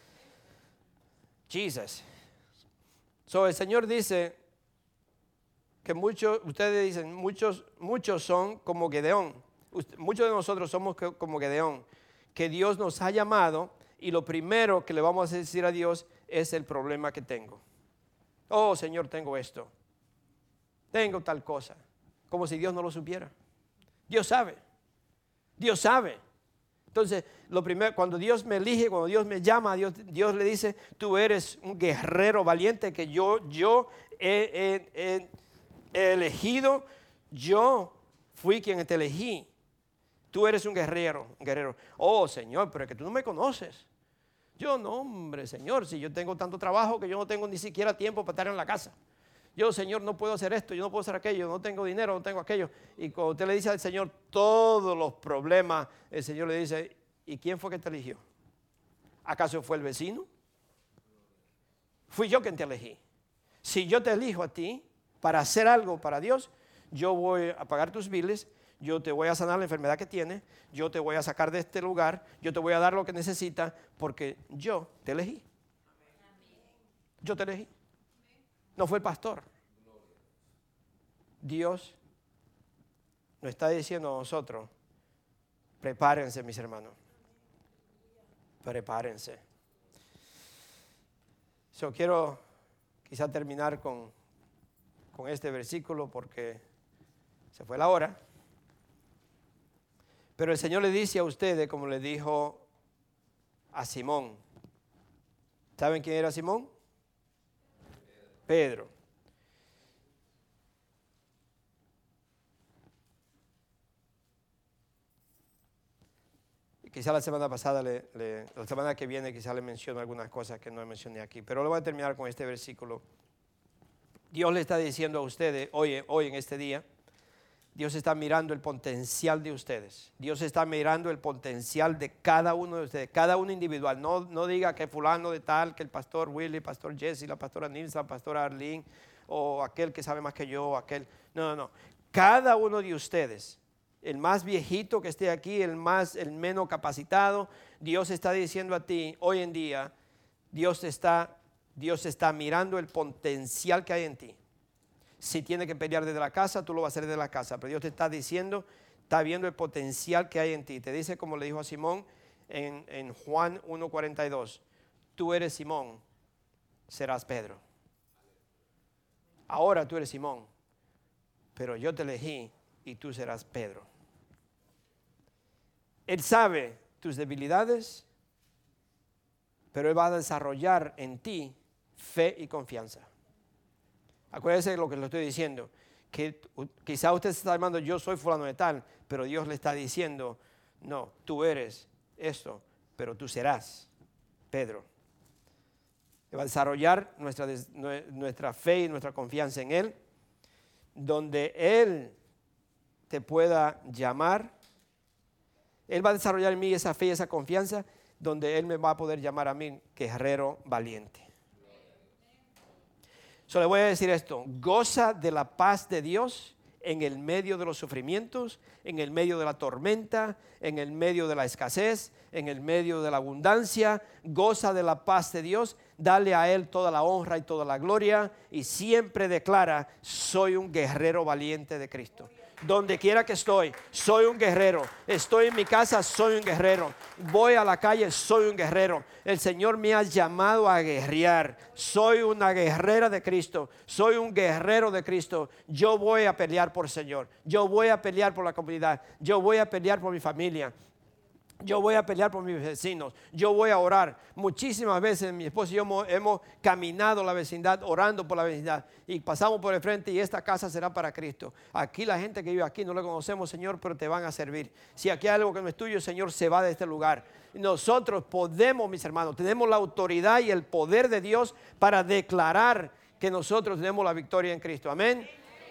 Jesus. So, el Señor dice que muchos, ustedes dicen, muchos, muchos son como Gedeón. Usted, muchos de nosotros somos que, como Gedeón, que Dios nos ha llamado y lo primero que le vamos a decir a Dios es el problema que tengo. Oh, Señor, tengo esto. Tengo tal cosa. Como si Dios no lo supiera. Dios sabe. Dios sabe. Entonces, lo primero, cuando Dios me elige, cuando Dios me llama, Dios, Dios le dice, tú eres un guerrero valiente que yo, yo he, he, he He elegido, yo fui quien te elegí. Tú eres un guerrero, un guerrero. Oh, Señor, pero es que tú no me conoces. Yo no, hombre, Señor, si yo tengo tanto trabajo que yo no tengo ni siquiera tiempo para estar en la casa. Yo, Señor, no puedo hacer esto, yo no puedo hacer aquello, no tengo dinero, no tengo aquello. Y cuando usted le dice al Señor todos los problemas, el Señor le dice, ¿y quién fue que te eligió? ¿Acaso fue el vecino? Fui yo quien te elegí. Si yo te elijo a ti para hacer algo para Dios, yo voy a pagar tus biles, yo te voy a sanar la enfermedad que tienes, yo te voy a sacar de este lugar, yo te voy a dar lo que necesitas, porque yo te elegí. Yo te elegí. No fue el pastor. Dios nos está diciendo a nosotros, prepárense, mis hermanos. Prepárense. Yo quiero quizá terminar con con este versículo porque se fue la hora. Pero el Señor le dice a ustedes, como le dijo a Simón. ¿Saben quién era Simón? Pedro. Y quizá la semana pasada, le, le, la semana que viene quizá le menciono algunas cosas que no mencioné aquí. Pero lo voy a terminar con este versículo. Dios le está diciendo a ustedes, hoy, hoy en este día, Dios está mirando el potencial de ustedes. Dios está mirando el potencial de cada uno de ustedes, cada uno individual. No, no diga que fulano de tal, que el pastor Willy, el pastor Jesse, la pastora Nilsa, la pastora Arlene, o aquel que sabe más que yo, aquel. No, no, no. Cada uno de ustedes, el más viejito que esté aquí, el más, el menos capacitado, Dios está diciendo a ti, hoy en día, Dios está Dios está mirando el potencial que hay en ti. Si tiene que pelear desde la casa, tú lo vas a hacer desde la casa. Pero Dios te está diciendo, está viendo el potencial que hay en ti. Te dice, como le dijo a Simón en, en Juan uno cuarenta y dos, tú eres Simón, serás Pedro. Ahora tú eres Simón, pero yo te elegí y tú serás Pedro. Él sabe tus debilidades, pero Él va a desarrollar en ti fe y confianza. Acuérdese de lo que le estoy diciendo, que quizá usted se está llamando yo soy fulano de tal, pero Dios le está diciendo No, tú eres esto, pero tú serás Pedro. Va a desarrollar nuestra, nuestra fe y nuestra confianza en Él, donde Él te pueda llamar. Él va a desarrollar en mí esa fe y esa confianza, donde Él me va a poder llamar a mí guerrero valiente. Solo le voy a decir esto: goza de la paz de Dios en el medio de los sufrimientos, en el medio de la tormenta, en el medio de la escasez, en el medio de la abundancia. Goza de la paz de Dios, dale a Él toda la honra y toda la gloria, y siempre declara: soy un guerrero valiente de Cristo. Donde quiera que estoy, soy un guerrero. Estoy en mi casa, soy un guerrero. Voy a la calle, soy un guerrero. El Señor me ha llamado a guerrear. Soy una guerrera de Cristo. Soy un guerrero de Cristo. Yo voy a pelear por el Señor. Yo voy a pelear por la comunidad. Yo voy a pelear por mi familia. Yo voy a pelear por mis vecinos. Yo voy a orar. Muchísimas veces mi esposo y yo hemos, hemos caminado la vecindad, orando por la vecindad, y pasamos por el frente, y esta casa será para Cristo. Aquí la gente que vive aquí no le conocemos, Señor, pero te van a servir. Si aquí hay algo que no es tuyo, Señor, se va de este lugar. Nosotros podemos, mis hermanos, tenemos la autoridad y el poder de Dios para declarar que nosotros tenemos la victoria en Cristo. Amén.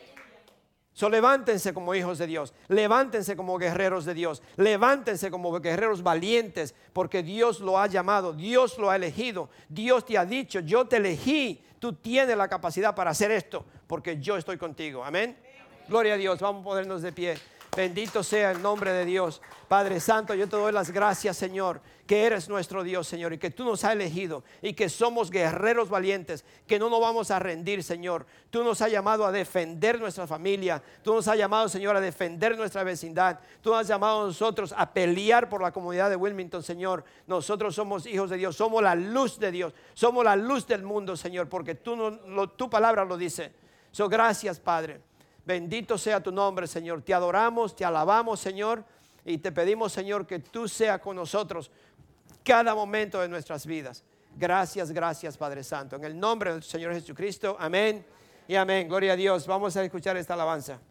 So, levántense como hijos de Dios, levántense como guerreros de Dios, levántense como guerreros valientes, porque Dios lo ha llamado, Dios lo ha elegido, Dios te ha dicho: yo te elegí, tú tienes la capacidad para hacer esto, porque yo estoy contigo. Amén. Gloria a Dios. Vamos a ponernos de pie. Bendito sea el nombre de Dios. Padre Santo, yo te doy las gracias, Señor, que eres nuestro Dios, Señor, y que tú nos has elegido, y que somos guerreros valientes, que no nos vamos a rendir, Señor. Tú nos has llamado a defender nuestra familia. Tú nos has llamado, Señor, a defender nuestra vecindad. Tú nos has llamado a nosotros a pelear por la comunidad de Wilmington, Señor. Nosotros somos hijos de Dios, somos la luz de Dios, somos la luz del mundo, Señor, porque tú no, lo, tu palabra lo dice. So, gracias, Padre. Bendito sea tu nombre, Señor. Te adoramos, te alabamos, Señor, y te pedimos, Señor, que tú seas con nosotros cada momento de nuestras vidas. Gracias, gracias, Padre Santo. En el nombre del Señor Jesucristo, amén y amén. Gloria a Dios. Vamos a escuchar esta alabanza.